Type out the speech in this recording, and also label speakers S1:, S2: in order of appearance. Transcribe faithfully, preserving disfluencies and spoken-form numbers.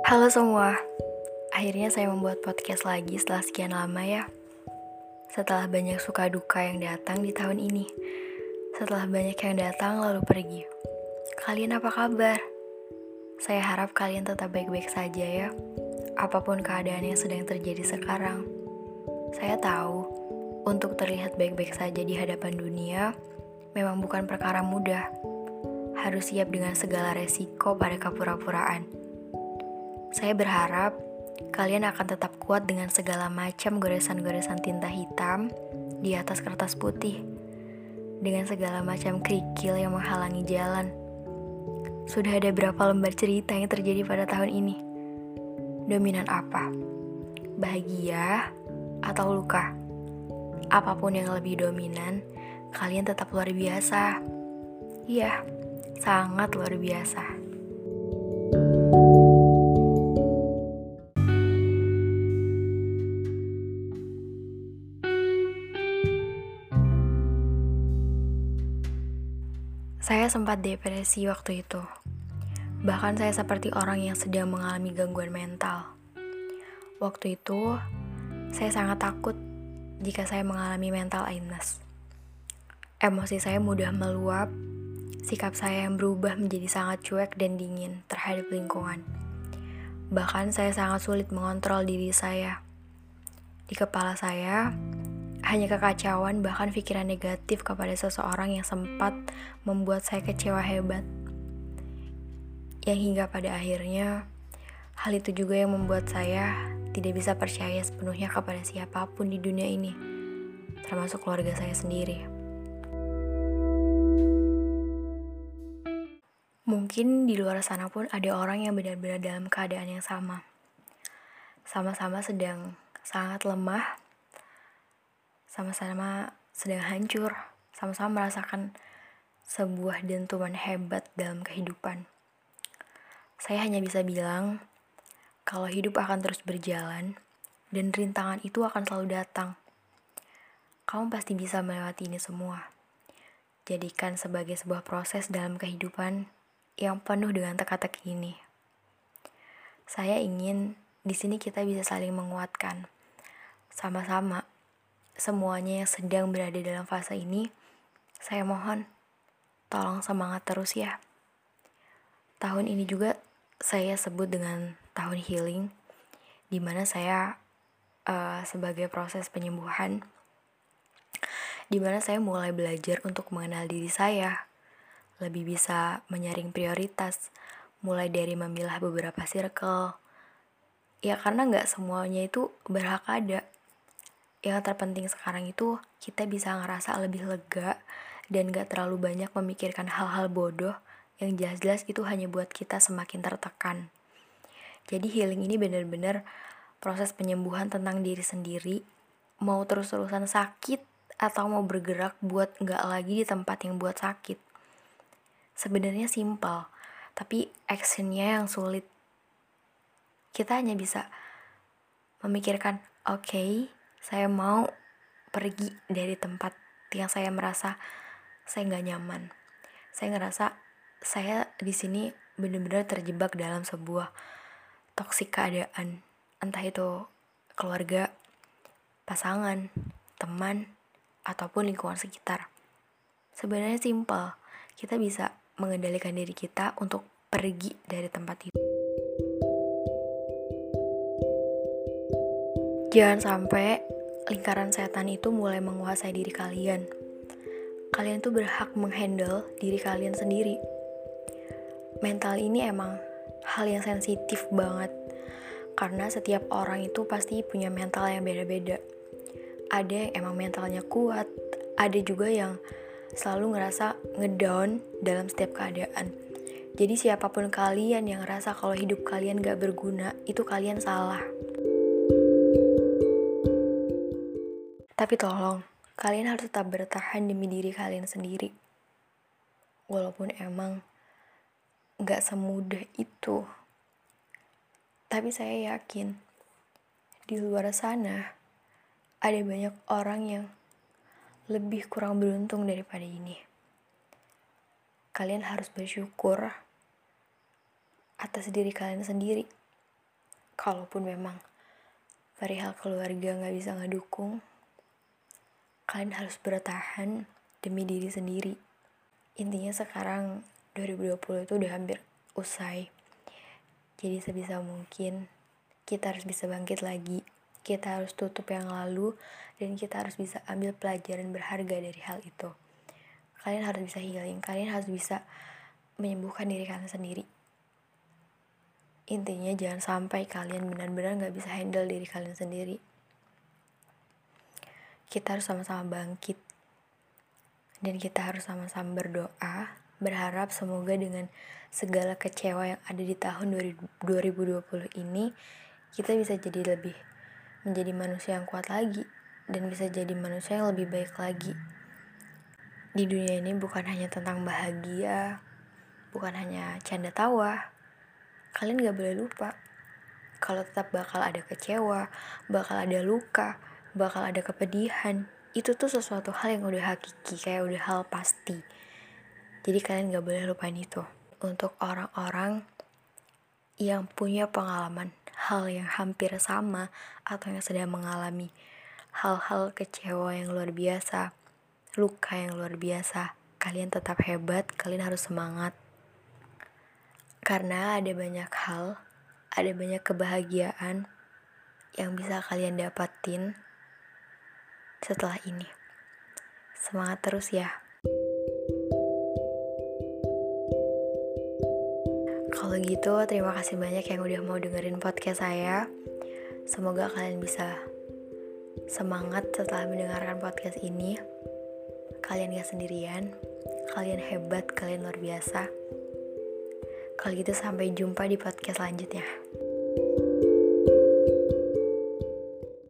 S1: Halo semua, akhirnya saya membuat podcast lagi setelah sekian lama ya. Setelah banyak suka duka yang datang di tahun ini. Setelah banyak yang datang lalu pergi. Kalian apa kabar? Saya harap kalian tetap baik-baik saja ya. Apapun keadaan yang sedang terjadi sekarang. Saya tahu, untuk terlihat baik-baik saja di hadapan dunia memang bukan perkara mudah. Harus siap dengan segala resiko pada kepura-puraan. Saya berharap kalian akan tetap kuat dengan segala macam goresan-goresan tinta hitam di atas kertas putih, dengan segala macam kerikil yang menghalangi jalan. Sudah ada berapa lembar cerita yang terjadi pada tahun ini? Dominan apa? Bahagia atau luka? Apapun yang lebih dominan, kalian tetap luar biasa. Iya, sangat luar biasa. Saya sempat depresi waktu itu. Bahkan saya seperti orang yang sedang mengalami gangguan mental. Waktu itu, saya sangat takut jika saya mengalami mental illness. Emosi saya mudah meluap, sikap saya yang berubah menjadi sangat cuek dan dingin terhadap lingkungan. Bahkan saya sangat sulit mengontrol diri saya. Di kepala saya, hanya kekacauan bahkan pikiran negatif kepada seseorang yang sempat membuat saya kecewa hebat. Yang hingga pada akhirnya, hal itu juga yang membuat saya tidak bisa percaya sepenuhnya kepada siapapun di dunia ini, termasuk keluarga saya sendiri. Mungkin di luar sana pun ada orang yang benar-benar dalam keadaan yang sama. Sama-sama sedang sangat lemah, sama-sama sedang hancur, sama-sama merasakan sebuah dentuman hebat dalam kehidupan. Saya hanya bisa bilang, kalau hidup akan terus berjalan, dan rintangan itu akan selalu datang. Kamu pasti bisa melewati ini semua. Jadikan sebagai sebuah proses dalam kehidupan yang penuh dengan teka-teki ini. Saya ingin di sini kita bisa saling menguatkan. Sama-sama, semuanya yang sedang berada dalam fase ini, saya mohon, tolong semangat terus ya. Tahun ini juga saya sebut dengan tahun healing, di mana saya uh, sebagai proses penyembuhan, di mana saya mulai belajar untuk mengenal diri saya, lebih bisa menyaring prioritas, mulai dari memilah beberapa circle. Ya karena nggak semuanya itu berhak ada. Yang terpenting sekarang itu kita bisa ngerasa lebih lega dan gak terlalu banyak memikirkan hal-hal bodoh yang jelas-jelas itu hanya buat kita semakin tertekan. Jadi healing ini benar-benar proses penyembuhan tentang diri sendiri, mau terus-terusan sakit atau mau bergerak buat gak lagi di tempat yang buat sakit. Sebenarnya simpel, tapi actionnya yang sulit. Kita hanya bisa memikirkan, oke, okay, saya mau pergi dari tempat yang saya merasa saya nggak nyaman. Saya ngerasa saya di sini benar-benar terjebak dalam sebuah toksik keadaan, entah itu keluarga, pasangan, teman, ataupun lingkungan sekitar. Sebenarnya simpel, kita bisa mengendalikan diri kita untuk pergi dari tempat itu. Jangan sampai lingkaran setan itu mulai menguasai diri kalian. Kalian tuh berhak menghandle diri kalian sendiri. Mental ini emang hal yang sensitif banget, karena setiap orang itu pasti punya mental yang beda-beda. Ada yang emang mentalnya kuat, ada juga yang selalu ngerasa ngedown dalam setiap keadaan. Jadi siapapun kalian yang ngerasa kalau hidup kalian gak berguna, itu kalian salah. Tapi tolong, kalian harus tetap bertahan demi diri kalian sendiri. Walaupun emang gak semudah itu. Tapi saya yakin, di luar sana, ada banyak orang yang lebih kurang beruntung daripada ini. Kalian harus bersyukur atas diri kalian sendiri. kalaupun memang perihal keluarga gak bisa ngedukung, kalian harus bertahan demi diri sendiri. Intinya sekarang dua ribu dua puluh itu udah hampir usai. Jadi sebisa mungkin kita harus bisa bangkit lagi. Kita harus tutup yang lalu dan kita harus bisa ambil pelajaran berharga dari hal itu. Kalian harus bisa healing, kalian harus bisa menyembuhkan diri kalian sendiri. Intinya jangan sampai kalian benar-benar gak bisa handle diri kalian sendiri. Kita harus sama-sama bangkit. Dan kita harus sama-sama berdoa, berharap semoga dengan segala kecewa yang ada di tahun dua ribu dua puluh ini, kita bisa jadi lebih, menjadi manusia yang kuat lagi, dan bisa jadi manusia yang lebih baik lagi. Di dunia ini bukan hanya tentang bahagia, bukan hanya canda tawa. Kalian gak boleh lupa, kalau tetap bakal ada kecewa, bakal ada luka, bakal ada kepedihan. Itu tuh sesuatu hal yang udah hakiki, kayak udah hal pasti. Jadi kalian gak boleh lupain itu. Untuk orang-orang yang punya pengalaman hal yang hampir sama atau yang sedang mengalami hal-hal kecewa yang luar biasa, luka yang luar biasa, kalian tetap hebat, kalian harus semangat. Karena ada banyak hal, ada banyak kebahagiaan yang bisa kalian dapatin setelah ini. Semangat terus ya. Kalau gitu, terima kasih banyak yang udah mau dengerin podcast saya. Semoga kalian bisa semangat setelah mendengarkan podcast ini. Kalian gak sendirian, kalian hebat, kalian luar biasa. Kalau gitu sampai jumpa di podcast selanjutnya.